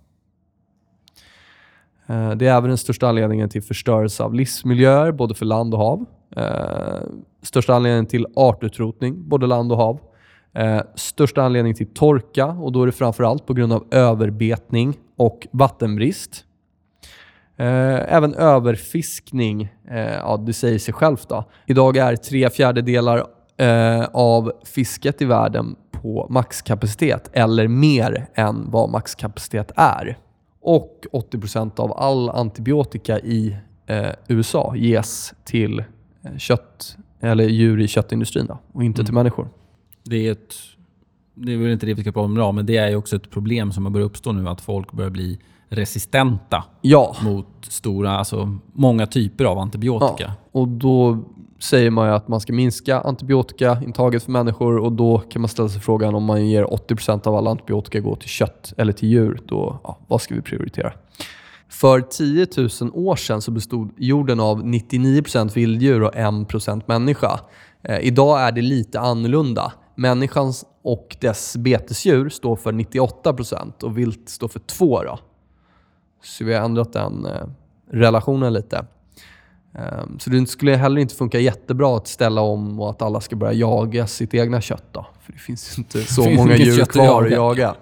Det är även den största anledningen till förstörelse av livsmiljöer, både för land och hav. Största anledningen till artutrotning, både land och hav. Största anledning till torka, och då är det framförallt på grund av överbetning och vattenbrist. Även överfiskning, det säger sig självt då. Idag är 3/4 av fisket i världen på maxkapacitet eller mer än vad maxkapacitet är. Och 80% av all antibiotika i USA ges till kött eller djur i köttindustrin då, och inte till människor. Det är väl inte det vi ska prata om idag, men det är ju också ett problem som har börjat uppstå nu, att folk börjar bli resistenta mot många typer av antibiotika. Ja, och då säger man ju att man ska minska antibiotikaintaget för människor, och då kan man ställa sig frågan, om man ger 80% av alla antibiotika går till kött eller till djur, då vad ska vi prioritera? För 10 000 år sedan så bestod jorden av 99% vilddjur och 1% människa. Idag är det lite annorlunda. Människan och dess betesdjur står för 98% och vilt står för 2%. Då. Så vi har ändrat den relationen lite. Så det skulle heller inte funka jättebra att ställa om och att alla ska börja jaga sitt egna kött då. För det finns inte så många djur kvar att jaga.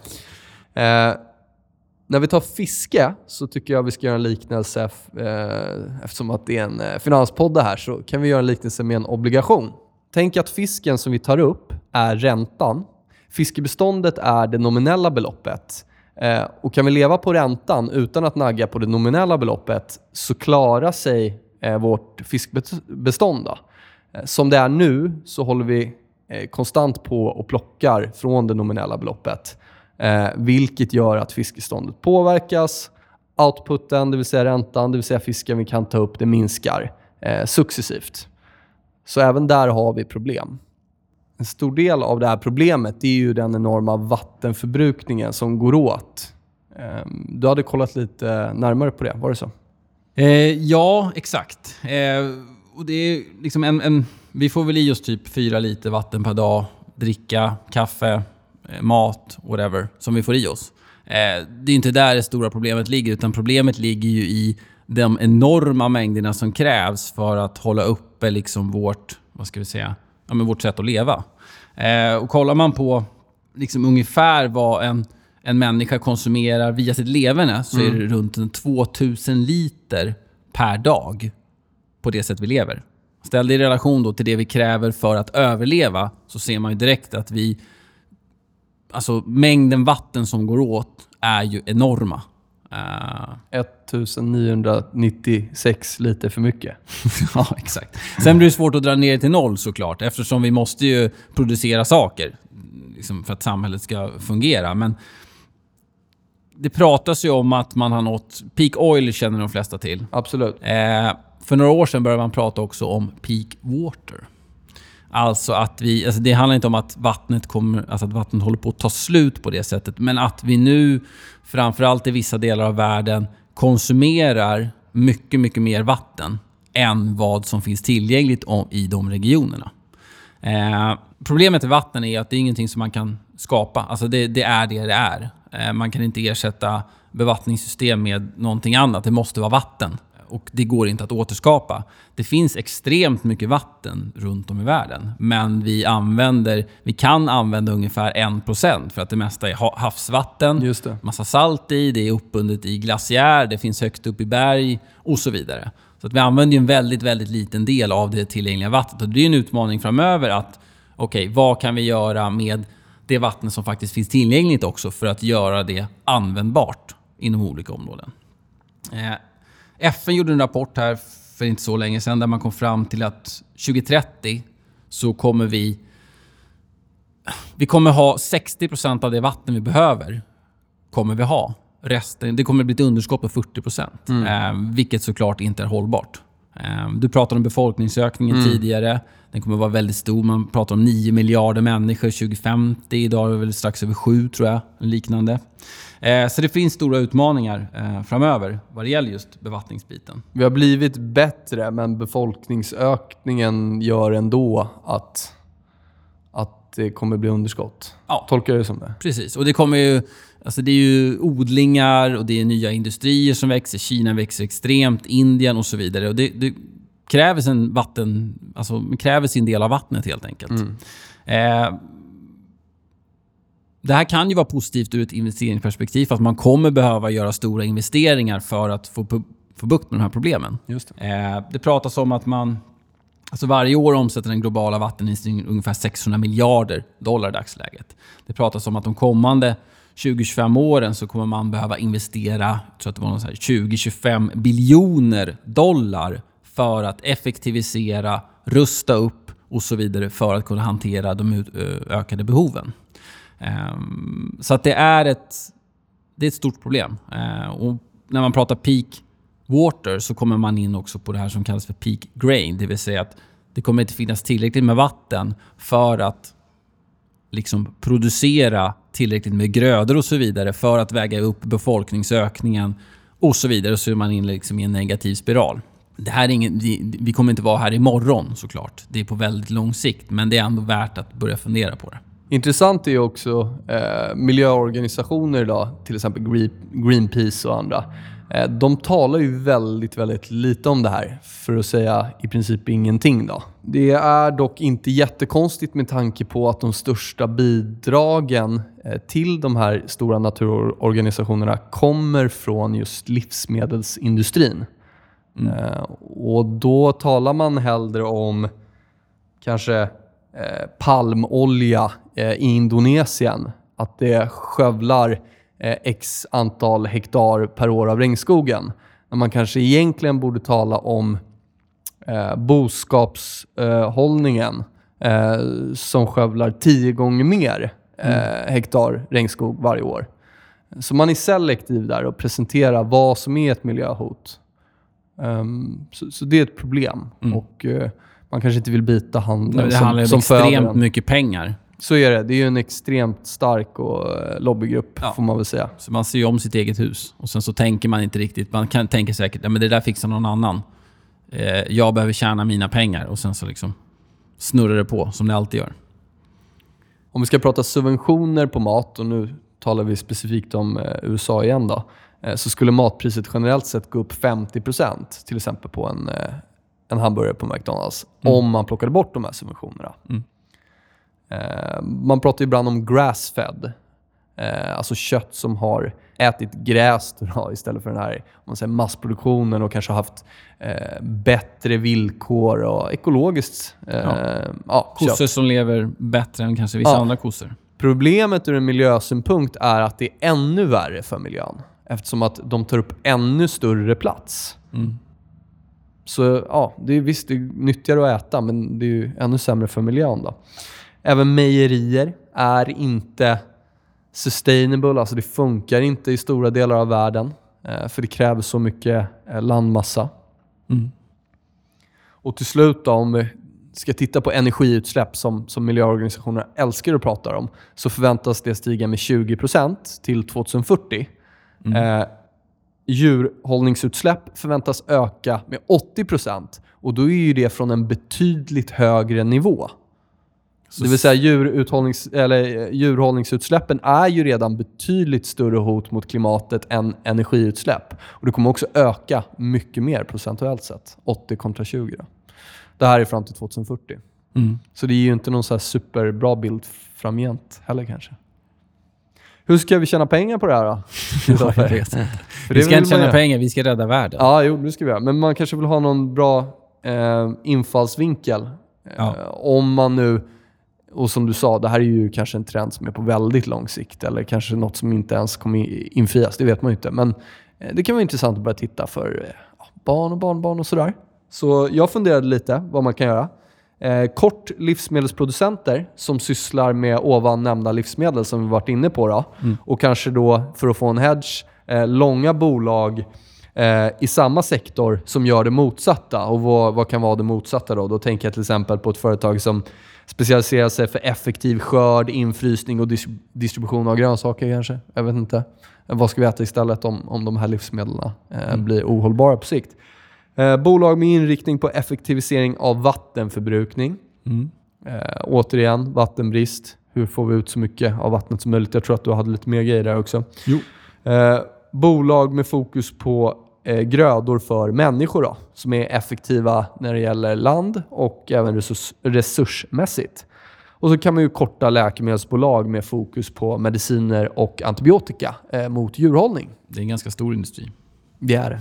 När vi tar fiske så tycker jag vi ska göra en liknelse, eftersom att det är en finanspodd här, så kan vi göra en liknelse med en obligation. Tänk att fisken som vi tar upp är räntan. Fiskebeståndet är det nominella beloppet. Och kan vi leva på räntan utan att nagga på det nominella beloppet, så klarar sig vårt fiskbestånd då. Som det är nu så håller vi konstant på och plockar från det nominella beloppet. Vilket gör att fiskeståndet påverkas. Outputen, det vill säga räntan, det vill säga fisken vi kan ta upp, det minskar successivt. Så även där har vi problem. En stor del av det här problemet är ju den enorma vattenförbrukningen som går åt. Du hade kollat lite närmare på det, var det så? Ja, exakt. Och det är liksom vi får väl i oss typ 4 liter vatten per dag. Dricka, kaffe, mat, whatever, som vi får i oss. Det är inte där det stora problemet ligger, utan problemet ligger ju i de enorma mängderna som krävs för att hålla uppe liksom vårt, vad ska vi säga, vårt sätt att leva. Och kollar man på liksom ungefär vad en människa konsumerar via sitt leverne, så är det runt 2000 liter per dag på det sätt vi lever. Ställ det i relation då till det vi kräver för att överleva, så ser man ju direkt att mängden vatten som går åt är ju enorma. 1996 liter för mycket. Ja, exakt. Sen blir det svårt att dra ner till noll såklart, eftersom vi måste ju producera saker liksom för att samhället ska fungera. Men det pratas ju om att man har nått peak oil, känner de flesta till. Absolut. För några år sedan började man prata också om peak water. Alltså att det handlar inte om att vattnet håller på att ta slut på det sättet, men att vi nu, framförallt i vissa delar av världen, konsumerar mycket, mycket mer vatten än vad som finns tillgängligt i de regionerna. Problemet med vatten är att det är ingenting som man kan skapa. Alltså det är det är. Man kan inte ersätta bevattningssystem med någonting annat. Det måste vara vatten. Och det går inte att återskapa. Det finns extremt mycket vatten runt om i världen. Men vi kan använda ungefär 1%, för att det mesta är havsvatten. Just det. Massa salt i, det är uppbundet i glaciär, det finns högt upp i berg och så vidare. Så att vi använder ju en väldigt, väldigt liten del av det tillgängliga vattnet. Och det är en utmaning framöver att vad kan vi göra med det vatten som faktiskt finns tillgängligt också, för att göra det användbart inom olika områden. FN gjorde en rapport här för inte så länge sedan där man kom fram till att 2030 så kommer vi kommer ha 60% av det vatten vi behöver kommer vi ha. Resten, det kommer bli ett underskott på 40%. Vilket såklart inte är hållbart. Du pratade om befolkningsökningen tidigare. Den kommer vara väldigt stor. Man pratar om 9 miljarder människor 2050. Idag är det väl strax över 7, tror jag. Liknande. Så det finns stora utmaningar framöver vad det gäller just bevattningsbiten. Vi har blivit bättre, men befolkningsökningen gör ändå att det kommer bli underskott. Ja. Tolkar det som det? Precis. Och det kommer ju... Alltså det är ju odlingar och det är nya industrier som växer. Kina växer extremt, Indien och så vidare. Och det kräver kräver sin del av vattnet helt enkelt. Det här kan ju vara positivt ur ett investeringsperspektiv, för att man kommer behöva göra stora investeringar för att få bukt med de här problemen. Just det. Det pratas om att varje år omsätter den globala vattenindustrin ungefär $600 miljarder i dagsläget. Det pratas om att de kommande 20-25 åren så kommer man behöva investera, jag tror att det var 20-25 biljoner dollar för att effektivisera, rusta upp och så vidare för att kunna hantera de ökade behoven. Så att det är ett stort problem. Och när man pratar peak water så kommer man in också på det här som kallas för peak grain. Det vill säga att det kommer inte finnas tillräckligt med vatten för att liksom producera tillräckligt med grödor och så vidare för att väga upp befolkningsökningen och så vidare. Så är man in liksom i en negativ spiral. Det här är vi kommer inte vara här imorgon såklart. Det är på väldigt lång sikt, men det är ändå värt att börja fundera på det. Intressant är ju också miljöorganisationer idag, till exempel Greenpeace och andra. De talar ju väldigt, väldigt lite om det här, för att säga i princip ingenting då. Det är dock inte jättekonstigt med tanke på att de största bidragen till de här stora naturorganisationerna kommer från just livsmedelsindustrin. Och då talar man hellre om kanske palmolja i Indonesien. Att det skövlar x antal hektar per år av regnskogen. När man kanske egentligen borde tala om boskapshållningen som skövlar 10 gånger mer hektar regnskog varje år. Så man är selektiv där och presenterar vad som är ett miljöhot. Så det är ett problem. Och man kanske inte vill bita handen det handlar som extremt mycket pengar. Så är det. Det är ju en extremt stark och lobbygrupp, får man väl säga. Så man ser ju om sitt eget hus. Och sen så tänker man inte riktigt. Man kan tänka säkert, men det där fixar någon annan. Jag behöver tjäna mina pengar. Och sen så liksom snurrar det på, som det alltid gör. Om vi ska prata subventioner på mat, och nu talar vi specifikt om USA igen då. så skulle matpriset generellt sett gå upp 50% till exempel på en hamburgare på McDonalds om man plockade bort de här subventionerna. Man pratar ju ibland om grass-fed, alltså kött som har ätit gräs istället för den här om man säger, massproduktionen och kanske haft bättre villkor och ekologiskt kossor kött. som lever bättre än kanske vissa andra kossor. Problemet ur en miljösynpunkt är att det är ännu värre för miljön eftersom att de tar upp ännu större plats. Så det är visst det är nyttigare att äta, men det är ju ännu sämre för miljön då. Även mejerier är inte sustainable, alltså det funkar inte i stora delar av världen för det kräver så mycket landmassa. Och till slut då, om vi ska titta på energiutsläpp som miljöorganisationer älskar att prata om, så förväntas det stiga med 20% till 2040. Djurhållningsutsläpp förväntas öka med 80%, och då är ju det från en betydligt högre nivå. Det vill säga djurhållningsutsläppen är ju redan betydligt större hot mot klimatet än energiutsläpp. Och det kommer också öka mycket mer procentuellt sett. 80 kontra 20 då. Det här är fram till 2040. Så det är ju inte någon så här superbra bild framgent heller kanske. Hur ska vi tjäna pengar på det här då? Vi ska inte tjäna pengar, vi ska rädda världen. Ja, det ska vi göra. Men man kanske vill ha någon bra infallsvinkel. Om man nu, och som du sa, det här är ju kanske en trend som är på väldigt lång sikt. Eller kanske något som inte ens kommer infrias, det vet man ju inte. Men det kan vara intressant att börja titta för barn och barnbarn och sådär. Så jag funderade lite vad man kan göra. Kort livsmedelsproducenter som sysslar med ovan nämnda livsmedel som vi varit inne på då. Och kanske då för att få en hedge, långa bolag i samma sektor som gör det motsatta. Och vad kan vara det motsatta då? Då tänker jag till exempel på ett företag som specialiserar sig för effektiv skörd, infrysning och distribution av grönsaker kanske. Jag vet inte. Vad ska vi äta istället om de här livsmedlen blir ohållbara på sikt? Bolag med inriktning på effektivisering av vattenförbrukning. Återigen, vattenbrist. Hur får vi ut så mycket av vattnet som möjligt? Jag tror att du hade lite mer grejer där också. Bolag med fokus på grödor för människor då, som är effektiva när det gäller land och även resursmässigt. Och så kan man ju korta läkemedelsbolag med fokus på mediciner och antibiotika mot djurhållning. Det är en ganska stor industri. Det är det.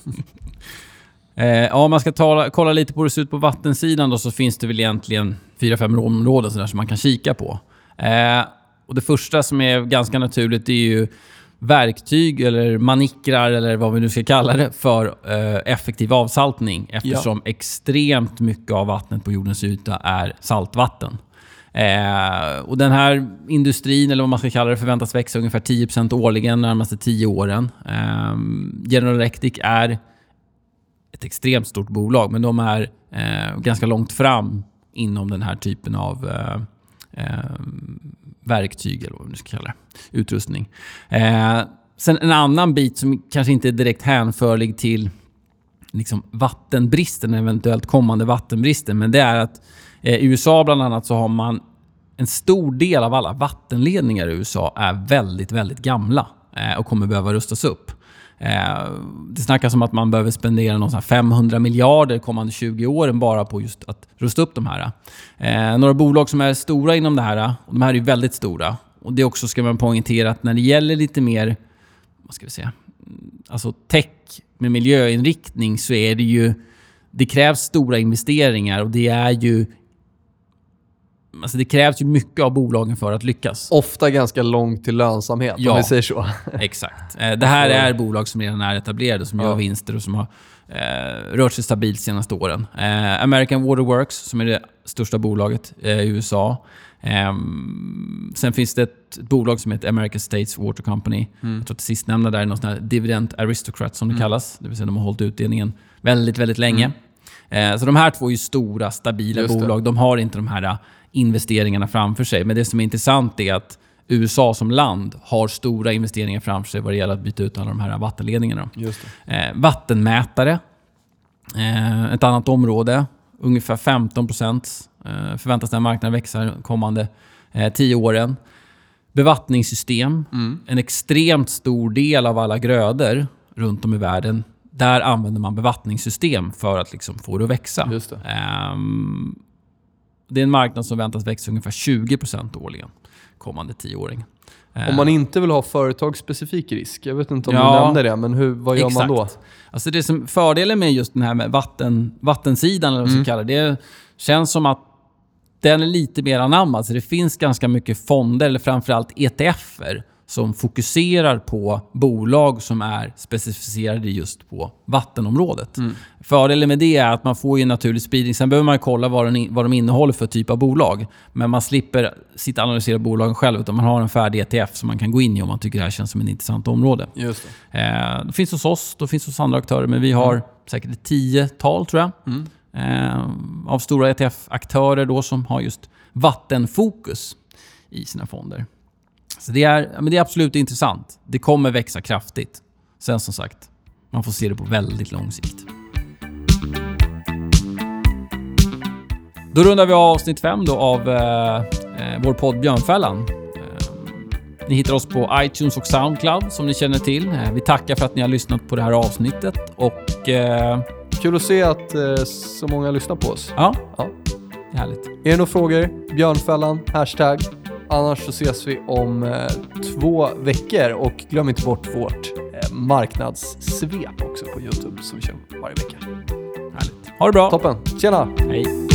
Om man ska kolla lite på hur det ser ut på vattensidan då, så finns det väl egentligen 4-5 områden så där som man kan kika på. Och det första som är ganska naturligt är ju verktyg eller manikrar eller vad vi nu ska kalla det för effektiv avsaltning, eftersom extremt mycket av vattnet på jordens yta är saltvatten. Och den här industrin, eller vad man ska kalla det, förväntas växa ungefär 10% årligen de närmaste 10 åren. General Electric är ett extremt stort bolag, men de är ganska långt fram inom den här typen av verktyg eller vad man ska kalla det, utrustning. Sen en annan bit som kanske inte är direkt hänförlig till liksom vattenbristen, eventuellt kommande vattenbristen, men det är att i USA bland annat så har man en stor del av alla vattenledningar i USA är väldigt, väldigt gamla och kommer behöva rustas upp. Det snackas om att man behöver spendera någon 500 miljarder kommande 20 åren bara på just att rusta upp de här. Några bolag som är stora inom det här, och de här är ju väldigt stora, och det också ska man poängtera att när det gäller lite mer, vad ska vi säga, alltså tech med miljöinriktning, så är det ju, det krävs stora investeringar, och det är ju, alltså det krävs ju mycket av bolagen för att lyckas. Ofta ganska långt till lönsamhet, om vi säger så. Exakt. Det här är bolag som redan är etablerade, som gör vinster och som har rört sig stabilt de senaste åren. American Water Works, som är det största bolaget i USA. Sen finns det ett bolag som heter American States Water Company. Jag tror att det sistnämnda där är någon sån här dividend aristocrat som det kallas. Det vill säga de har hållit utdelningen väldigt, väldigt länge. Så de här två är ju stora, stabila bolag. De har inte de här investeringarna framför sig. Men det som är intressant är att USA som land har stora investeringar framför sig vad det gäller att byta ut alla de här vattenledningarna. Just det. Vattenmätare, ett annat område, ungefär 15% förväntas den marknaden växa kommande 10 åren. bevattningssystem. En extremt stor del av alla grödor runt om i världen, där använder man bevattningssystem för att liksom få det att växa. Just det. Det är en marknad som väntas växa ungefär 20% årligen kommande 10-åring. Om man inte vill ha företagsspecifik risk, jag vet inte om du nämnde det, men vad gör man då? Alltså det som fördelen med just den här med vattensidan, eller vad man ska kalla det känns som att den är lite mer anammad. Så det finns ganska mycket fonder, eller framförallt ETFer, som fokuserar på bolag som är specificerade just på vattenområdet. Fördelen med det är att man får ju en naturlig spridning. Sen behöver man kolla vad de innehåller för typ av bolag. Men man slipper sitta och analysera bolagen själv, utan man har en färdig ETF som man kan gå in i om man tycker det här känns som ett intressant område. Just det. Det finns hos oss, det finns hos andra aktörer, men vi har säkert ett 10-tal tror jag. Av stora ETF-aktörer då som har just vattenfokus i sina fonder. Så det är absolut intressant. Det kommer växa kraftigt. Sen som sagt, man får se det på väldigt lång sikt. Då rundar vi av avsnitt 5 då av vår podd Björnfällan. Ni hittar oss på iTunes och Soundcloud som ni känner till. Vi tackar för att ni har lyssnat på det här avsnittet. Och kul att se att så många lyssnar på oss. Ja. Det är härligt. Är det några frågor? Björnfällan, hashtag. Annars så ses vi om 2 veckor. Och glöm inte bort vårt marknadssvep också på YouTube som vi kör varje vecka. Härligt. Ha det bra. Toppen. Tjena. Hej.